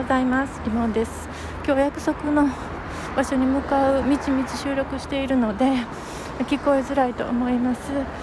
ございます。リモンです。今日約束の場所に向かう道収録しているので聞こえづらいと思います。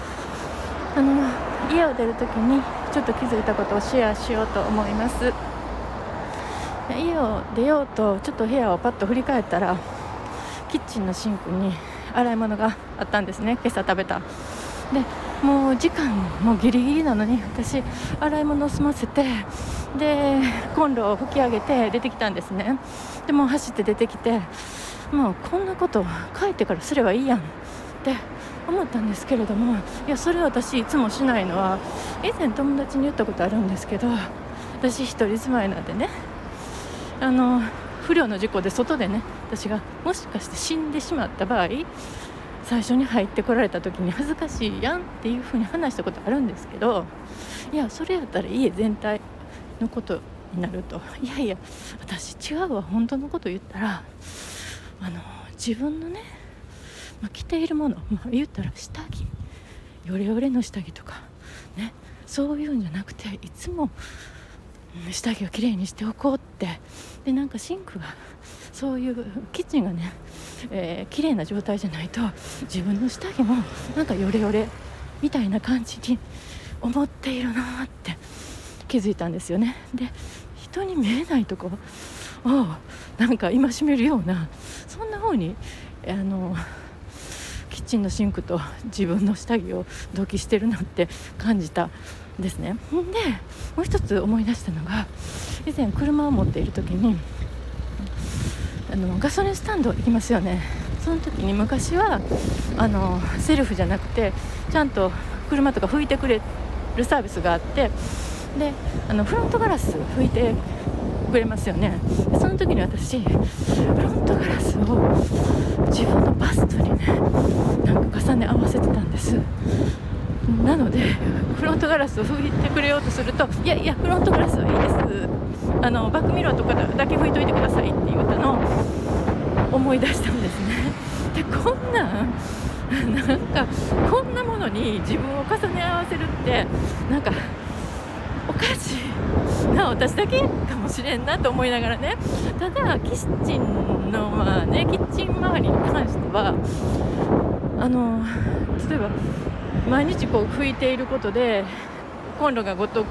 家を出るときにちょっと気づいたことをシェアしようと思います。家を出ようとちょっと部屋をパッと振り返ったらキッチンのシンクに洗い物があったんですね。今朝食べた。でもう時間もギリギリなのに私洗い物を済ませてでコンロを吹き上げて出てきたんですね。でもう走って出てきてもうこんなこと帰ってからすればいいやんって思ったんですけれども、いやそれ私いつもしないのは以前友達に言ったことあるんですけど、私一人住まいなんでね、不慮の事故で外でね私がもしかして死んでしまった場合最初に入ってこられた時に恥ずかしいやんっていう風に話したことあるんですけど、いやそれやったら家全体のことになると、いやいや私違うわ、本当のこと言ったら自分のね、着ているもの、言ったら下着、ヨレヨレの下着とかね、そういうんじゃなくていつも下着をきれいにしておこうって。でなんかシンクがそういうキッチンがね、きれいな状態じゃないと自分の下着もなんかヨレヨレみたいな感じに思っているなって気づいたんですよね。で人に見えないとこをなんか戒めるようなそんな風にキッチンのシンクと自分の下着を同期してるなって感じたんですね。でもう一つ思い出したのが、以前車を持っている時にガソリンスタンド行きますよね。その時に昔はセルフじゃなくてちゃんと車とか拭いてくれるサービスがあって、でフロントガラス拭いてくれますよね。でその時に私フロントガラスを自分のバストにねなんか重ね合わせてたんです。なのでフロントガラスを拭いてくれようとすると、いやいやフロントガラスはいいです、バックミラーとかだけ拭いといてくださいって言ったのを思い出したんですね。でこんなものに自分を重ね合わせるってなんかおかしいな、私だけかもしれんなと思いながらね。ただキッチンのキッチン周りに関しては例えば毎日こう拭いていることでコンロがゴテ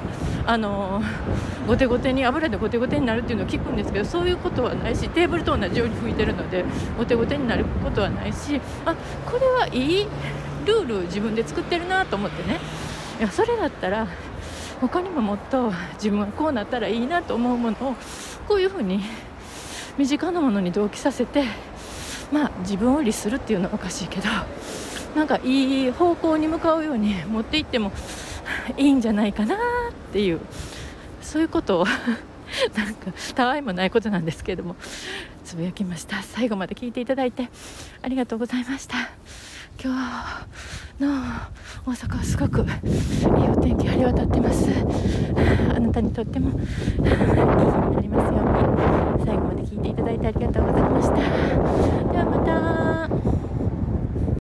ゴテに油でゴテゴテになるっていうのを聞くんですけど、そういうことはないし、テーブルと同じように拭いてるのでゴテゴテになることはないし、これはいいルールを自分で作ってるなと思ってね。いやそれだったら他にももっと自分はこうなったらいいなと思うものをこういうふうに身近なものに同期させて、自分を律するっていうのはおかしいけど、なんかいい方向に向かうように持っていってもいいんじゃないかなっていう、そういうことをなんかたわいもないことなんですけれどもつぶやきました。最後まで聞いていただいてありがとうございました。今日の大阪はすごくいいお天気、晴れ渡ってます。あなたにとってもいい日になりますように。最後まで聞いていただいてありがとう